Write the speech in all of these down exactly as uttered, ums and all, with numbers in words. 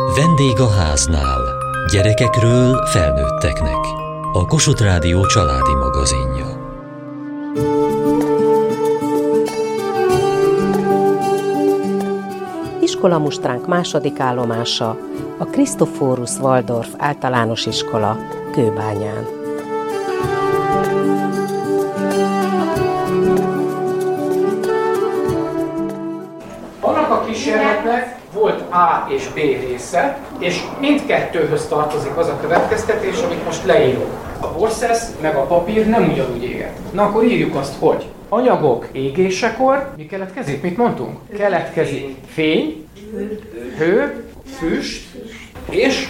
Vendég a háznál. Gyerekekről felnőtteknek. A Kossuth Rádió családi magazinja. Iskolamustránk második állomása a Christophorus Waldorf általános iskola Kőbányán. Annak a kísérletnek volt A és B része, és mindkettőhöz tartozik az a következtetés, amit most leírok. A borszesz meg a papír nem ugyanúgy éget. Na akkor írjuk azt, hogy anyagok égésekor mi keletkezik? Mit mondtunk? Keletkezik fény, hő, füst és,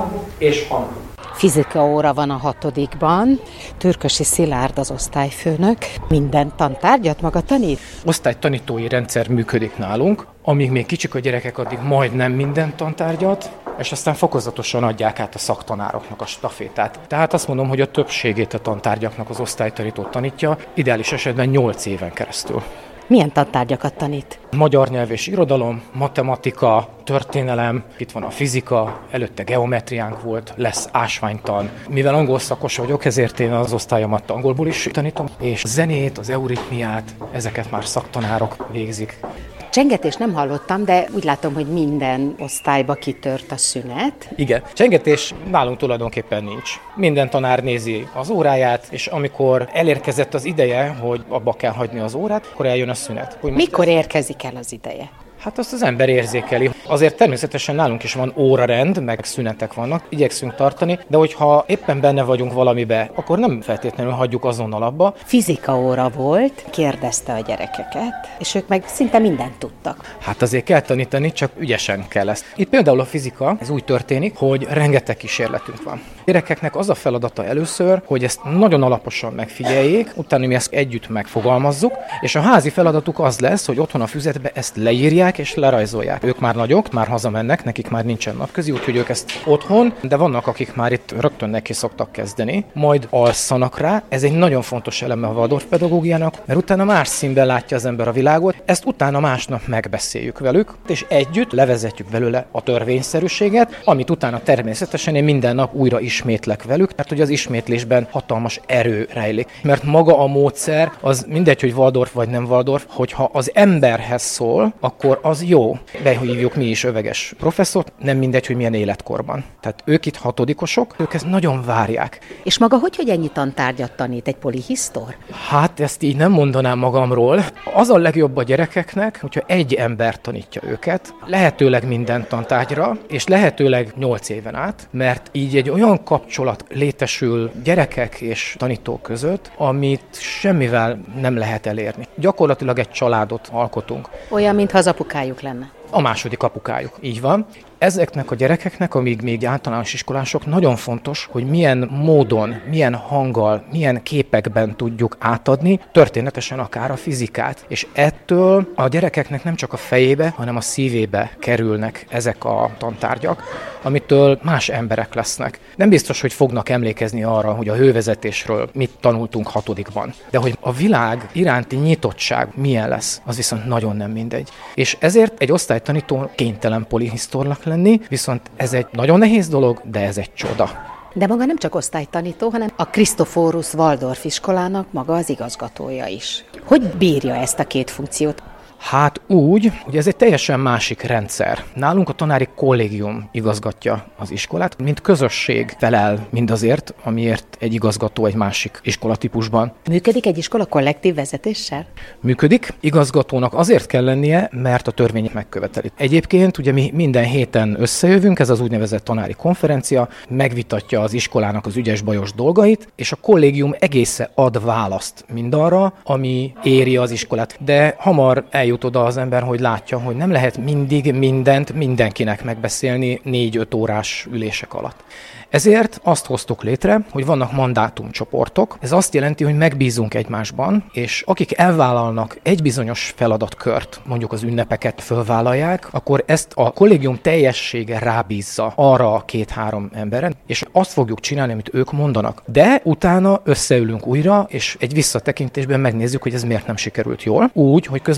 és hang. Fizika óra van a hatodikban, Türkösi Szilárd az osztályfőnök. Minden tantárgyat maga tanít? Osztálytanítói rendszer működik nálunk, amíg még kicsik a gyerekek, addig majdnem minden tantárgyat, és aztán fokozatosan adják át a szaktanároknak a stafétát. Tehát azt mondom, hogy a többségét a tantárgyaknak az osztálytanító tanítja, ideális esetben nyolc éven keresztül. Milyen tantárgyakat tanít? Magyar nyelv és irodalom, matematika, történelem, itt van a fizika, előtte geometriánk volt, lesz ásványtan. Mivel angol szakos vagyok, ezért én az osztályomat angolból is tanítom, és a zenét, az euritmiát, ezeket már szaktanárok végzik. Csengetést nem hallottam, de úgy látom, hogy minden osztályba kitört a szünet. Igen, csengetés nálunk tulajdonképpen nincs. Minden tanár nézi az óráját, és amikor elérkezett az ideje, hogy abba kell hagyni az órát, akkor eljön a szünet. Mikor érkezik el az ideje? Hát azt az ember érzékeli. Azért természetesen nálunk is van órarend, meg szünetek vannak, igyekszünk tartani, de hogyha éppen benne vagyunk valamibe, akkor nem feltétlenül hagyjuk azonnal abba. Fizika óra volt, kérdezte a gyerekeket, és ők meg szinte mindent tudtak. Hát azért kell tanítani, csak ügyesen kell ezt. Itt például a fizika, ez úgy történik, hogy rengeteg kísérletünk van. A gyerekeknek az a feladata először, hogy ezt nagyon alaposan megfigyeljék, utána mi ezt együtt megfogalmazzuk, és a házi feladatuk az lesz, hogy otthon a füzetbe ezt leírják, és lerajzolják. Ők már nagyok, már hazamennek, nekik már nincsen napközi, úgyhogy ők ezt otthon, de vannak, akik már itt rögtön neki szoktak kezdeni, majd alszanak rá. Ez egy nagyon fontos eleme a Waldorf pedagógiának, mert utána más színben látja az ember a világot, ezt utána másnap megbeszéljük velük, és együtt levezetjük belőle a törvényszerűséget, amit utána természetesen én minden nap újra ismétlek velük, mert hogy az ismétlésben hatalmas erő rejlik. Mert maga a módszer, az mindegy, hogy Waldorf vagy nem Waldorf, hogyha az emberhez szól, akkor az jó. Behívjuk mi is öveges professzort, nem mindegy, hogy milyen életkorban. Tehát ők itt hatodikosok, ők ezt nagyon várják. És maga hogy, hogy ennyi tantárgyat tanít, egy polihisztor? Hát ezt így nem mondanám magamról. Az a legjobb a gyerekeknek, hogyha egy ember tanítja őket, lehetőleg minden tantárgyra, és lehetőleg nyolc éven át, mert így egy olyan kapcsolat létesül gyerekek és tanítók között, amit semmivel nem lehet elérni. Gyakorlatilag egy családot alkotunk. Olyan, mintha az apukájuk lenne. A második apukájuk, így van. Ezeknek a gyerekeknek, amíg még általános iskolások, nagyon fontos, hogy milyen módon, milyen hanggal, milyen képekben tudjuk átadni, történetesen akár a fizikát. És ettől a gyerekeknek nem csak a fejébe, hanem a szívébe kerülnek ezek a tantárgyak, amitől más emberek lesznek. Nem biztos, hogy fognak emlékezni arra, hogy a hővezetésről mit tanultunk hatodikban. De hogy a világ iránti nyitottság milyen lesz, az viszont nagyon nem mindegy. És ezért egy osztálytanító kénytelen polihisztornak lenni, viszont ez egy nagyon nehéz dolog, de ez egy csoda. De maga nem csak osztálytanító, hanem a Christophorus Waldorf iskolának maga az igazgatója is. Hogy bírja ezt a két funkciót? Hát úgy, hogy ez egy teljesen másik rendszer. Nálunk a tanári kollégium igazgatja az iskolát, mint közösség felel mindazért, amiért egy igazgató egy másik iskolatípusban. Működik egy iskola kollektív vezetéssel? Működik. Igazgatónak azért kell lennie, mert a törvény megköveteli. Egyébként ugye mi minden héten összejövünk, ez az úgynevezett tanári konferencia, megvitatja az iskolának az ügyes-bajos dolgait, és a kollégium egészen ad választ mindarra, ami éri az iskolát. De hamar eljut oda az ember, hogy látja, hogy nem lehet mindig mindent mindenkinek megbeszélni négy-öt órás ülések alatt. Ezért azt hoztuk létre, hogy vannak mandátumcsoportok. Ez azt jelenti, hogy megbízunk egymásban, és akik elvállalnak egy bizonyos feladatkört, mondjuk az ünnepeket fölvállalják, akkor ezt a kollégium teljessége rábízza arra a két-három emberen, és azt fogjuk csinálni, amit ők mondanak. De utána összeülünk újra, és egy visszatekintésben megnézzük, hogy ez miért nem sikerült jól. Úgy, hogy közben nem tesz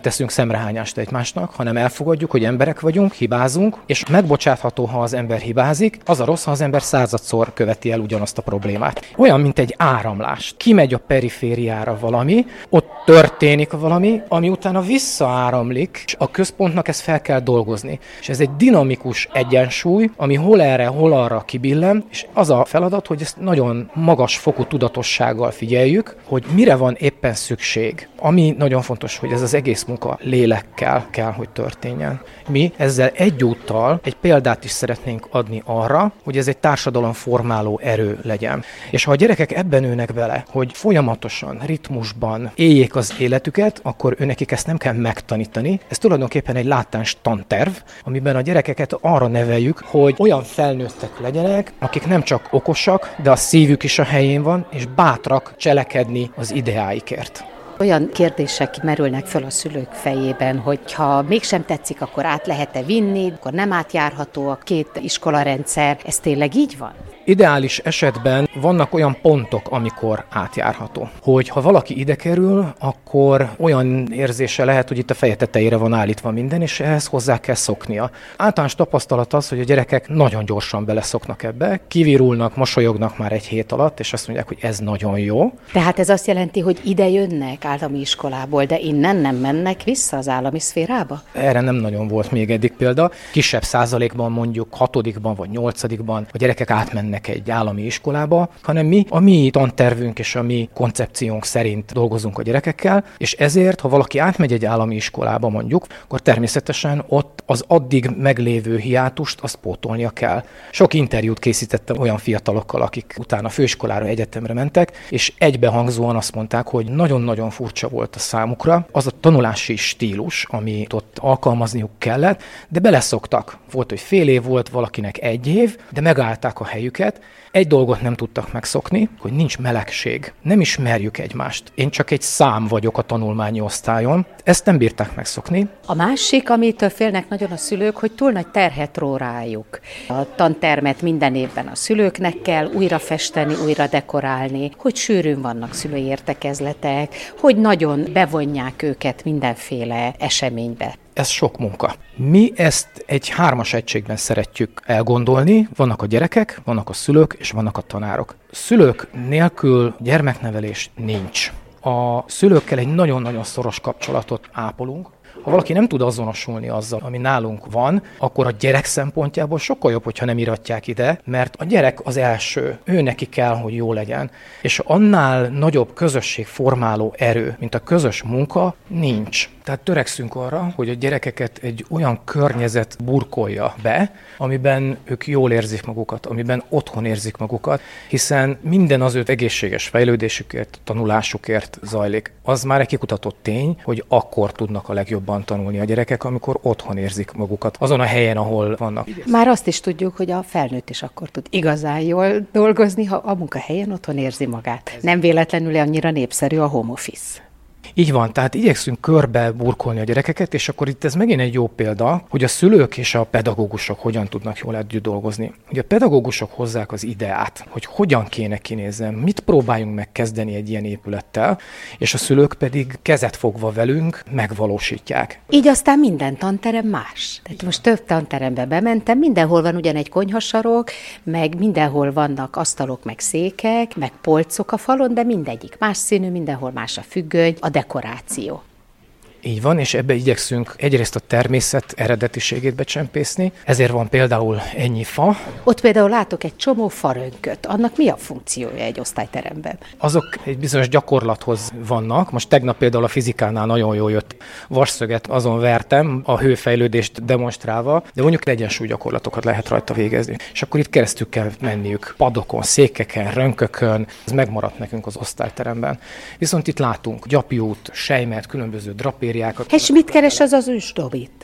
teszünk szemrehányást egymásnak, hanem elfogadjuk, hogy emberek vagyunk, hibázunk, és megbocsátható, ha az ember hibázik, az a rossz, ha az ember századszor követi el ugyanazt a problémát. Olyan, mint egy áramlás. Kimegy a perifériára valami, ott történik valami, ami utána visszaáramlik, és a központnak ezt fel kell dolgozni. És ez egy dinamikus egyensúly, ami hol erre, hol arra kibillen, és az a feladat, hogy ezt nagyon magas fokú tudatossággal figyeljük, hogy mire van éppen szükség. Ami nagyon fontos, hogy ez az egész munka lélekkel kell, hogy történjen. Mi ezzel egyúttal egy példát is szeretnénk adni arra, hogy ez egy társadalomformáló erő legyen. És ha a gyerekek ebben nőnek bele, hogy folyamatosan, ritmusban éljék az életüket, akkor őnekik ezt nem kell megtanítani. Ez tulajdonképpen egy látáns tanterv, amiben a gyerekeket arra neveljük, hogy olyan felnőttek legyenek, akik nem csak okosak, de a szívük is a helyén van, és bátrak cselekedni az ideáikért. Olyan kérdések merülnek föl a szülők fejében, hogy ha mégsem tetszik, akkor át lehet-e vinni, akkor nem átjárható a két iskolarendszer. Ez tényleg így van? Ideális esetben vannak olyan pontok, amikor átjárható. Hogy ha valaki ide kerül, akkor olyan érzése lehet, hogy itt a feje tetejére van állítva minden, és ehhez hozzá kell szoknia. Általános tapasztalat az, hogy a gyerekek nagyon gyorsan beleszoknak ebbe, kivirulnak, mosolyognak már egy hét alatt, és azt mondják, hogy ez nagyon jó. Tehát ez azt jelenti, hogy ide jönnek állami iskolából, de innen nem mennek vissza az állami szférába? Erre nem nagyon volt még eddig példa. Kisebb százalékban, mondjuk hatodikban vagy nyolcadikban a gyerekek átmennek egy állami iskolába, hanem mi a mi tantervünk és a mi koncepciónk szerint dolgozunk a gyerekekkel, és ezért, ha valaki átmegy egy állami iskolába mondjuk, akkor természetesen ott az addig meglévő hiátust azt pótolnia kell. Sok interjút készítettem olyan fiatalokkal, akik utána főiskolára, egyetemre mentek, és egybehangzóan azt mondták, hogy nagyon-nagyon furcsa volt a számukra az a tanulási stílus, amit ott alkalmazniuk kellett, de beleszoktak. Volt, hogy fél év volt, valakinek egy év, de megállták a helyüket. Egy dolgot nem tudtak megszokni, hogy nincs melegség. Nem ismerjük egymást. Én csak egy szám vagyok a tanulmányi osztályon. Ezt nem bírták megszokni. A másik, amitől félnek nagyon a szülők, hogy túl nagy terhet ró rájuk. A tantermet minden évben a szülőknek kell újra festeni, újra dekorálni, hogy sűrűn vannak szülői értekezletek, hogy nagyon bevonják őket mindenféle eseménybe. Ez sok munka. Mi ezt egy hármas egységben szeretjük elgondolni. Vannak a gyerekek, vannak a szülők, és vannak a tanárok. Szülők nélkül gyermeknevelés nincs. A szülőkkel egy nagyon-nagyon szoros kapcsolatot ápolunk. Ha valaki nem tud azonosulni azzal, ami nálunk van, akkor a gyerek szempontjából sokkal jobb, hogyha nem iratják ide, mert a gyerek az első, ő neki kell, hogy jó legyen. És annál nagyobb közösségformáló erő, mint a közös munka, nincs. Tehát törekszünk arra, hogy a gyerekeket egy olyan környezet burkolja be, amiben ők jól érzik magukat, amiben otthon érzik magukat, hiszen minden az ő egészséges fejlődésükért, tanulásukért zajlik. Az már egy kikutatott tény, hogy akkor tudnak a legjobban tanulni a gyerekek, amikor otthon érzik magukat, azon a helyen, ahol vannak. Már azt is tudjuk, hogy a felnőtt is akkor tud igazán jól dolgozni, ha a munkahelyen otthon érzi magát. Nem véletlenül annyira népszerű a home office. Így van, tehát igyekszünk körbe burkolni a gyerekeket, és akkor itt ez megint egy jó példa, hogy a szülők és a pedagógusok hogyan tudnak jól együtt dolgozni. Ugye a pedagógusok hozzák az ideát, hogy hogyan kéne kinézzen, mit próbáljunk megkezdeni egy ilyen épülettel, és a szülők pedig kezet fogva velünk megvalósítják. Így aztán minden tanterem más. Tehát most több tanterembe bementem, mindenhol van ugyan egy konyhasarok, meg mindenhol vannak asztalok, meg székek, meg polcok a falon, de mindegyik más színű, mindenhol más a függöny, a dekoráció. Így van, és ebbe igyekszünk egyrészt a természet eredetiségét becsempészni, ezért van például ennyi fa. Ott például látok egy csomó farönköt. Annak mi a funkciója egy osztályteremben? Azok egy bizonyos gyakorlathoz vannak. Most tegnap például a fizikánál nagyon jól jött vasszöget, azon vertem, a hőfejlődést demonstrálva, de mondjuk egyensúly gyakorlatokat lehet rajta végezni. És akkor itt keresztül kell menniük padokon, székeken, rönkökön, ez megmaradt nekünk az osztályteremben. Viszont itt látunk gyapjút, sejmet, különböző drapériákat. És mit keres az az ősdobit?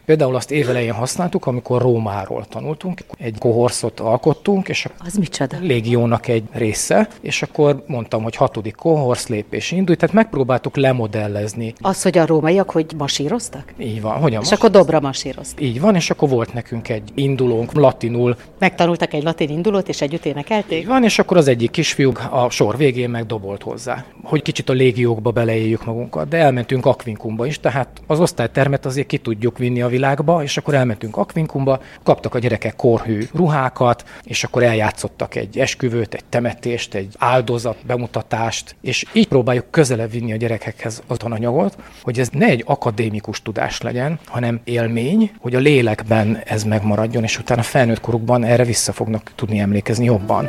Például azt évelején használtuk, amikor Rómáról tanultunk, egy kohorszot alkottunk, és az micsoda? Légiónak egy része, és akkor mondtam, hogy hatodik kohorsz, lépés indulj, tehát megpróbáltuk lemodellezni. Az, hogy a rómaiak hogy masíroztak? Így van. Hogyan és most? akkor dobra masíroztak. Így van, és akkor volt nekünk egy indulónk, latinul. Megtanultak egy latin indulót, és együtt énekelték? Így van, és akkor az egyik kisfiú a sor végén meg dobolt hozzá, hogy kicsit a légiókba beleéljük magunkat, de elmentünk Aquincumba is, tehát az osztálytermet azért ki tudjuk vinni a világba, és akkor elmentünk Aquincumba, kaptak a gyerekek korhű ruhákat, és akkor eljátszottak egy esküvőt, egy temetést, egy áldozat bemutatást, és így próbáljuk közelebb vinni a gyerekekhez a tananyagot, hogy ez ne egy akadémikus tudás legyen, hanem élmény, hogy a lélekben ez megmaradjon, és utána felnőtt korukban erre vissza fognak tudni emlékezni jobban.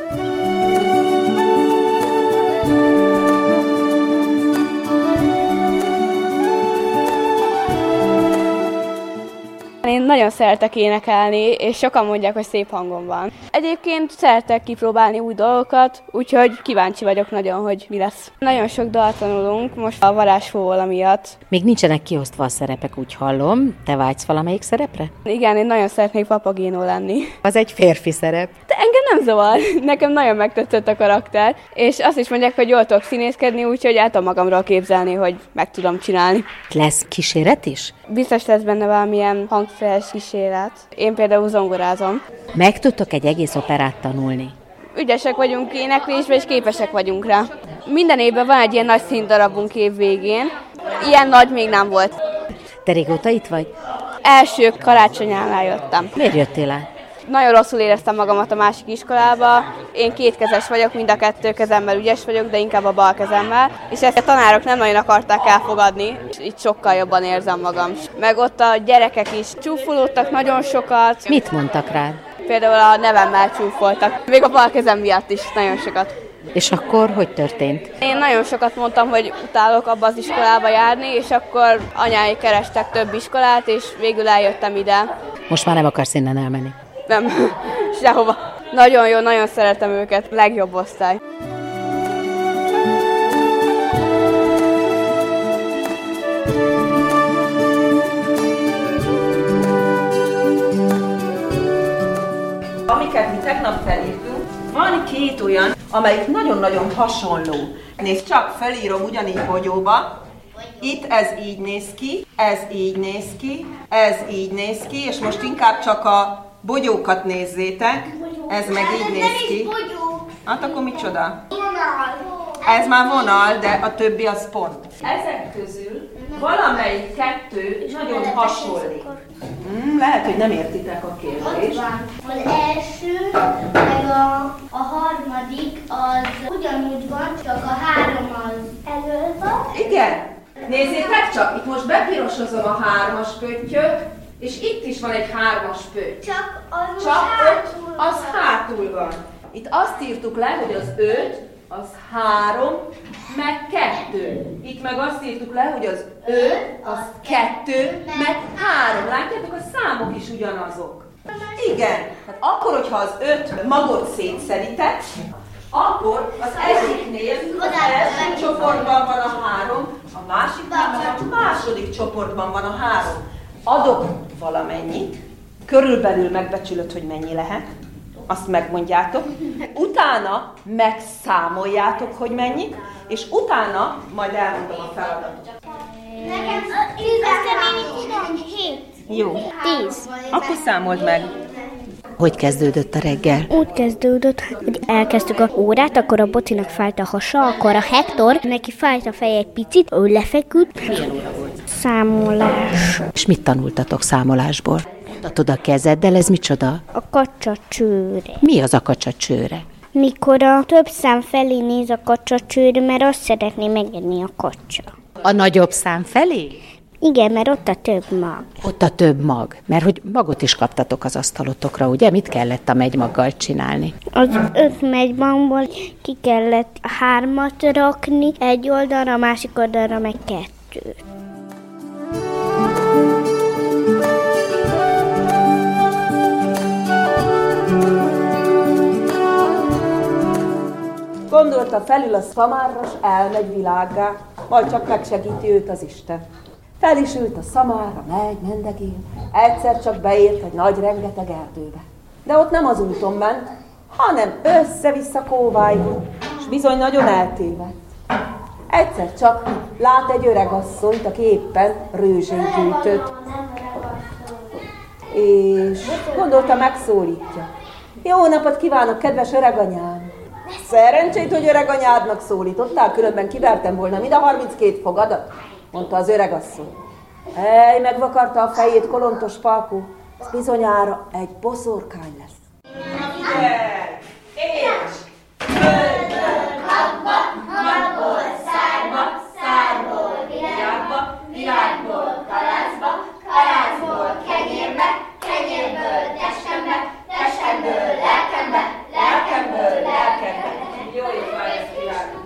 Én nagyon szeretek énekelni, és sokan mondják, hogy szép hangom van. Egyébként szeretek kipróbálni új dolgokat, úgyhogy kíváncsi vagyok nagyon, hogy mi lesz. Nagyon sok dalt tanulunk most a varázsfóvola miatt. Még nincsenek kiosztva a szerepek, úgy hallom. Te vágysz valamelyik szerepre? Igen, én nagyon szeretnék Papagéno lenni. Az egy férfi szerep. De engem nem zavar, nekem nagyon megtetszett a karakter, és azt is mondják, hogy jól tudok színészkedni, úgyhogy el tudom magamról képzelni, hogy meg tudom csinálni. Lesz kíséret is? Biztos lesz benne valamilyen hangszeres kíséret. Én például zongorázom. Meg tudtok egy egész operát tanulni? Ügyesek vagyunk éneklésbe, és képesek vagyunk rá. Minden évben van egy ilyen nagy színdarabunk év végén. Ilyen nagy még nem volt. Te régóta itt vagy? Első karácsonyánál jöttem. Miért jöttél el? Nagyon rosszul éreztem magamat a másik iskolába. Én kétkezes vagyok, mind a kettő kezemmel ügyes vagyok, de inkább a bal kezemmel. És ezt a tanárok nem nagyon akarták elfogadni, és így sokkal jobban érzem magam. Meg ott a gyerekek is csúfolódtak nagyon sokat. Mit mondtak rád? Például a nevemmel csúfoltak. Még a bal kezem miatt is nagyon sokat. És akkor hogy történt? Én nagyon sokat mondtam, hogy utálok abba az iskolába járni, és akkor anyáik kerestek több iskolát, és végül eljöttem ide. Most már nem akarsz innen elmenni? Nem, sehova. Nagyon jó, nagyon szeretem őket, legjobb osztály. Amiket mi tegnap felírtunk, van két olyan, amelyik nagyon-nagyon hasonló. Nézd csak, felírom ugyanígy bogyóba. Itt ez így néz ki, ez így néz ki, ez így néz ki, és most inkább csak a bogyókat nézzétek. Ez meg így néz ki. Hát akkor micsoda? Ez már vonal, de a többi az pont. Ezek közül valamelyik kettő nagyon hasonlít. Hmm, lehet, hogy nem értitek a kérdést. Az első, meg a, a harmadik az ugyanúgy van, csak a három az elől van. Igen. Nézzétek csak, itt most bepirosozom a hármas pöttyöt, és itt is van egy hármas pötty. Csak az Csak hátul öt, az hátul van. Itt azt írtuk le, hogy az öt, az három, meg kettő. Itt meg azt írtuk le, hogy az öt, az kettő, meg három. Látjátok, a számok is ugyanazok. Igen. Hát akkor, hogyha az öt magot szétszerített, akkor az egyiknél az első csoportban van a három, a másiknál a második csoportban van a három. Adok valamennyit, körülbelül megbecsülöd, hogy mennyi lehet, azt megmondjátok, utána megszámoljátok, hogy mennyi, és utána majd elmondom a feladatot. Nekem tizenhét. Jó. Tíz. Akkor számold meg. Hogy kezdődött a reggel? Úgy kezdődött, hogy elkezdtük a órát, akkor a Bocinak fájt a hasa, akkor a Hektor, neki fájt a feje egy picit, ő lefeküdt. Milyen óra volt? Számolás. És mit tanultatok számolásból? Mutatod a kezeddel, ez micsoda? A kacsa csőre. Mi az a kacsa csőre? Mikor a több szám felé néz a kacsa csőre, mert azt szeretné megenni a kacsa. A nagyobb szám felé? Igen, mert ott a több mag. Ott a több mag, mert hogy magot is kaptatok az asztalotokra, ugye? Mit kellett a megymaggal csinálni? Az öt megymagból ki kellett hármat rakni, egy oldalra, a másik oldalra meg kettőt. Gondolta felül a szamárra, s elmegy világgá, majd csak megsegíti őt az Isten. Fel is ült a szamára, megy, mendegél. Egyszer csak beért egy nagy rengeteg erdőbe. De ott nem az úton ment, hanem össze-vissza kóválygott, és bizony nagyon eltévedt. Egyszer csak lát egy öreg asszonyt, aki éppen rőzsét gyűjtött. És gondolta, megszólítja. Jó napot kívánok, kedves öreganyám! Szerencsét, hogy öreganyádnak szólítottál, különben kivertem volna mind a harminckét fogadat, mondta az öregasszony. Ej, megvakarta a fejét kolontos Palkó, ez bizonyára egy boszorkány lesz. És földből kapva, magból szárba, szárból virágba, virágból kalászba, kalászból kenyérbe, kenyérből testembe, testemből lelkembe, lelkemből lelkembe. Jó éjjel ezt kívánok!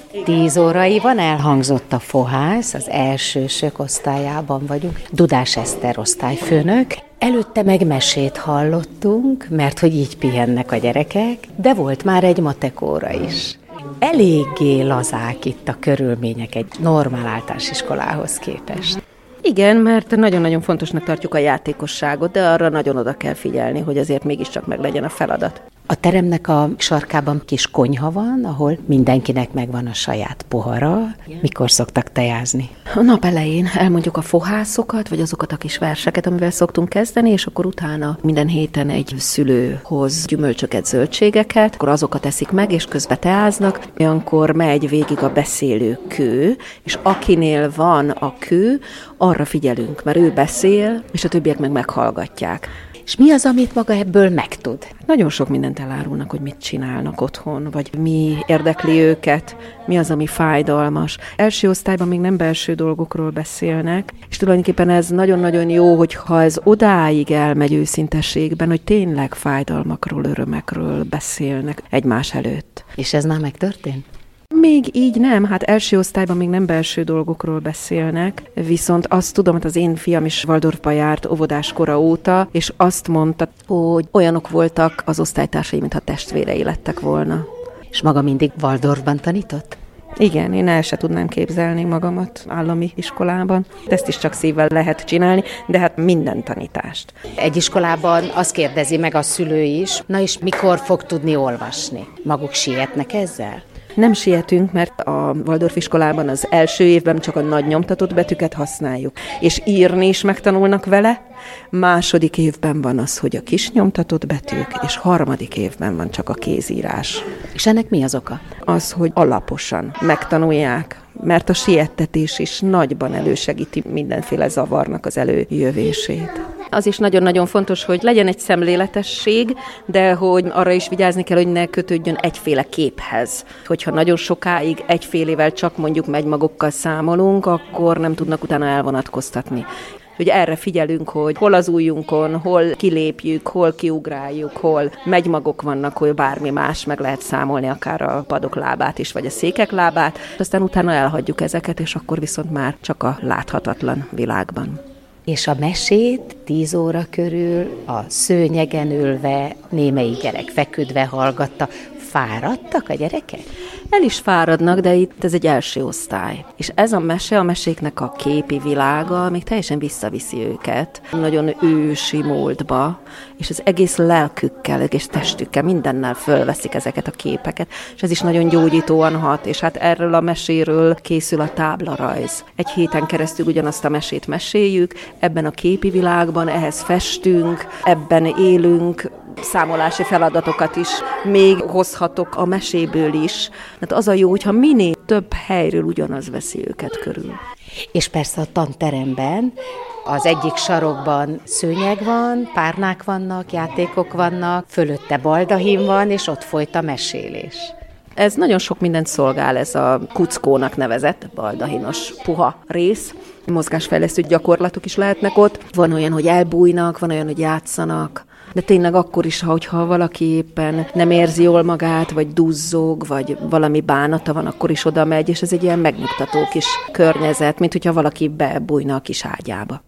Tíz óraiban elhangzott a fohász, az elsősök osztályában vagyunk. Dudás Eszter osztályfőnök. Előtte meg mesét hallottunk, mert hogy így pihennek a gyerekek, de volt már egy matek óra is. Eléggé lazák itt a körülmények egy normál általános iskolához képest. Igen, mert nagyon-nagyon fontosnak tartjuk a játékosságot, de arra nagyon oda kell figyelni, hogy azért mégiscsak meg legyen a feladat. A teremnek a sarkában kis konyha van, ahol mindenkinek megvan a saját pohara. Mikor szoktak tejázni? A nap elején elmondjuk a fohászokat, vagy azokat a kis verseket, amivel szoktunk kezdeni, és akkor utána minden héten egy szülő hoz gyümölcsöket, zöldségeket, akkor azokat eszik meg, és közben teáznak. Olyankor megy végig a beszélő kő, és akinél van a kő, arra figyelünk, mert ő beszél, és a többiek meg meghallgatják. És mi az, amit maga ebből megtud? Nagyon sok mindent elárulnak, hogy mit csinálnak otthon, vagy mi érdekli őket, mi az, ami fájdalmas. Első osztályban még nem belső dolgokról beszélnek, és tulajdonképpen ez nagyon-nagyon jó, hogyha ez odáig elmegy őszintességben, hogy tényleg fájdalmakról, örömekről beszélnek egymás előtt. És ez már megtörtént? Még így nem, hát első osztályban még nem belső dolgokról beszélnek, viszont azt tudom, hogy az én fiam is Waldorfba járt óvodás kora óta, és azt mondta, hogy olyanok voltak az osztálytársai, mintha testvérei lettek volna. És maga mindig Waldorfban tanított? Igen, én el se tudnám képzelni magamat állami iskolában. Ezt is csak szívvel lehet csinálni, de hát minden tanítást. Egy iskolában azt kérdezi meg a szülő is, na és mikor fog tudni olvasni? Maguk sietnek ezzel? Nem sietünk, mert a Waldorf iskolában az első évben csak a nagy nyomtatott betűket használjuk, és írni is megtanulnak vele. Második évben van az, hogy a kis nyomtatott betűk, és harmadik évben van csak a kézírás. És ennek mi az oka? Az, hogy alaposan megtanulják, mert a siettetés is nagyban elősegíti mindenféle zavarnak az előjövését. Az is nagyon-nagyon fontos, hogy legyen egy szemléletesség, de hogy arra is vigyázni kell, hogy ne kötődjön egyféle képhez. Hogyha nagyon sokáig egyfélével csak mondjuk megymagokkal számolunk, akkor nem tudnak utána elvonatkoztatni. Hogy erre figyelünk, hogy hol az ujjunkon, hol kilépjük, hol kiugráljuk, hol megymagok vannak, hol bármi más, meg lehet számolni akár a padok lábát is, vagy a székek lábát. Aztán utána elhagyjuk ezeket, és akkor viszont már csak a láthatatlan világban. És a mesét tíz óra körül a szőnyegen ülve, némelyik gyerek feküdve hallgatta. Fáradtak a gyerekek? El is fáradnak, de itt ez egy első osztály. És ez a mese, a meséknek a képi világa még teljesen visszaviszi őket. Nagyon ősi múltba, és az egész lelkükkel, egész testükkel, mindennel fölveszik ezeket a képeket, és ez is nagyon gyógyítóan hat, és hát erről a meséről készül a táblarajz. Egy héten keresztül ugyanazt a mesét meséljük, ebben a képi világban, ehhez festünk, ebben élünk, számolási feladatokat is még hozhatok a meséből is. Hát az a jó, hogyha minél több helyről ugyanaz veszi őket körül. És persze a tanteremben az egyik sarokban szőnyeg van, párnák vannak, játékok vannak, fölötte baldahin van, és ott folyt a mesélés. Ez nagyon sok mindent szolgál, ez a kuckónak nevezett baldahinos puha rész. Mozgásfejlesztő gyakorlatok is lehetnek ott. Van olyan, hogy elbújnak, van olyan, hogy játszanak. De tényleg akkor is, hogyha valaki éppen nem érzi jól magát, vagy duzzog, vagy valami bánata van, akkor is oda megy, és ez egy ilyen megnyugtató kis környezet, mint hogyha valaki bebújna a kis ágyába.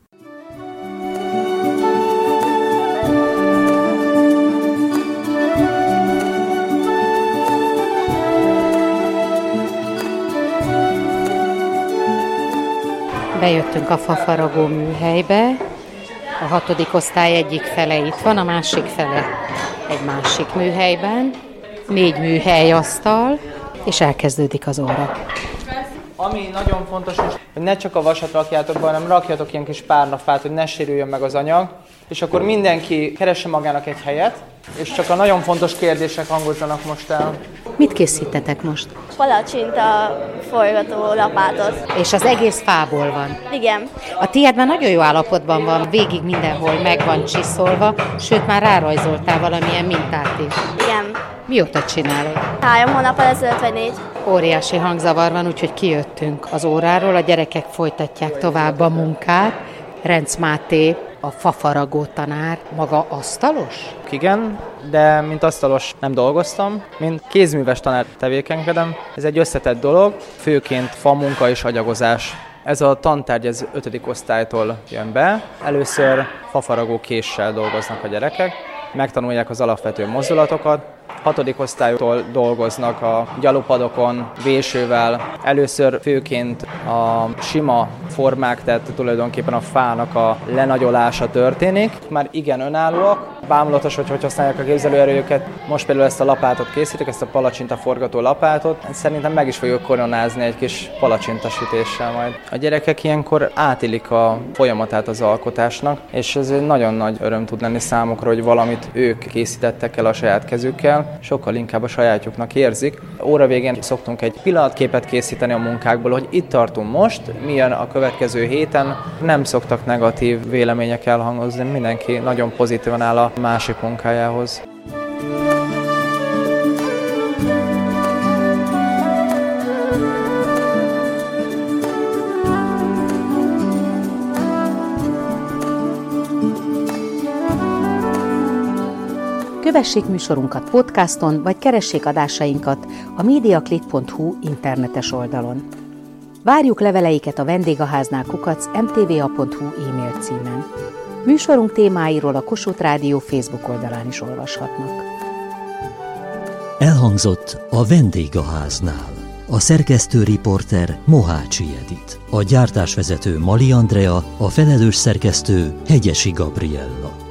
Be Bejöttünk a fafaragó műhelybe. A hatodik osztály egyik fele itt van, a másik fele egy másik műhelyben. Négy műhelyasztal, és elkezdődik az óra. Ami nagyon fontos, hogy ne csak a vasat rakjátok be, hanem rakjatok ilyen kis párnafát, hogy ne sérüljön meg az anyag, és akkor mindenki keresse magának egy helyet, és csak a nagyon fontos kérdések hangozzanak most el. Mit készítetek most? Palacsinta forgató lapátot. És az egész fából van? Igen. A tiéd már nagyon jó állapotban van, végig mindenhol meg van csiszolva, sőt már rárajzoltál valamilyen mintát is. Igen. Mióta csinálod? Három hónappal ezelőtt vagy négy. Óriási hangzavar van, úgyhogy kijöttünk az óráról, a gyerekek folytatják tovább a munkát. Renc Máté, a fafaragó tanár, maga asztalos? Igen, de mint asztalos nem dolgoztam, mint kézműves tanár tevékenykedem. Ez egy összetett dolog, főként fa munka és agyagozás. Ez a tantárgy ez ötödik osztálytól jön be. Először fafaragó késsel dolgoznak a gyerekek, megtanulják az alapvető mozdulatokat. Hatodik osztálytól dolgoznak a gyalopadokon, vésővel. Először főként a sima formák, tehát tulajdonképpen a fának a lenagyolása történik. Már igen önállóak, bámulatos, hogy hogy használják a képzelőerőjüket. Most például ezt a lapátot készítik, ezt a palacsinta forgató lapátot. Szerintem meg is fogjuk koronázni egy kis palacsintasütéssel majd. A gyerekek ilyenkor átélik a folyamatát az alkotásnak, és ez egy nagyon nagy öröm tud lenni számukra, hogy valamit ők készítettek el a saját kezükkel, sokkal inkább a sajátjuknak érzik. Óra végén szoktunk egy pillanatképet készíteni a munkákból, hogy itt tartunk most, milyen a következő héten. Nem szoktak negatív vélemények elhangozni, mindenki nagyon pozitívan áll a másik munkájához. Kövessék műsorunkat podcaston, vagy keressék adásainkat a mediaclick pont hu internetes oldalon. Várjuk leveleiket a vendégháznál kukac em té vé á pont hu e-mail címen. Műsorunk témáiról a Kossuth Rádió Facebook oldalán is olvashatnak. Elhangzott a vendégháznál. A szerkesztő riporter Mohácsi Edit. A gyártásvezető Mali Andrea, a felelős szerkesztő Hegyesi Gabriella.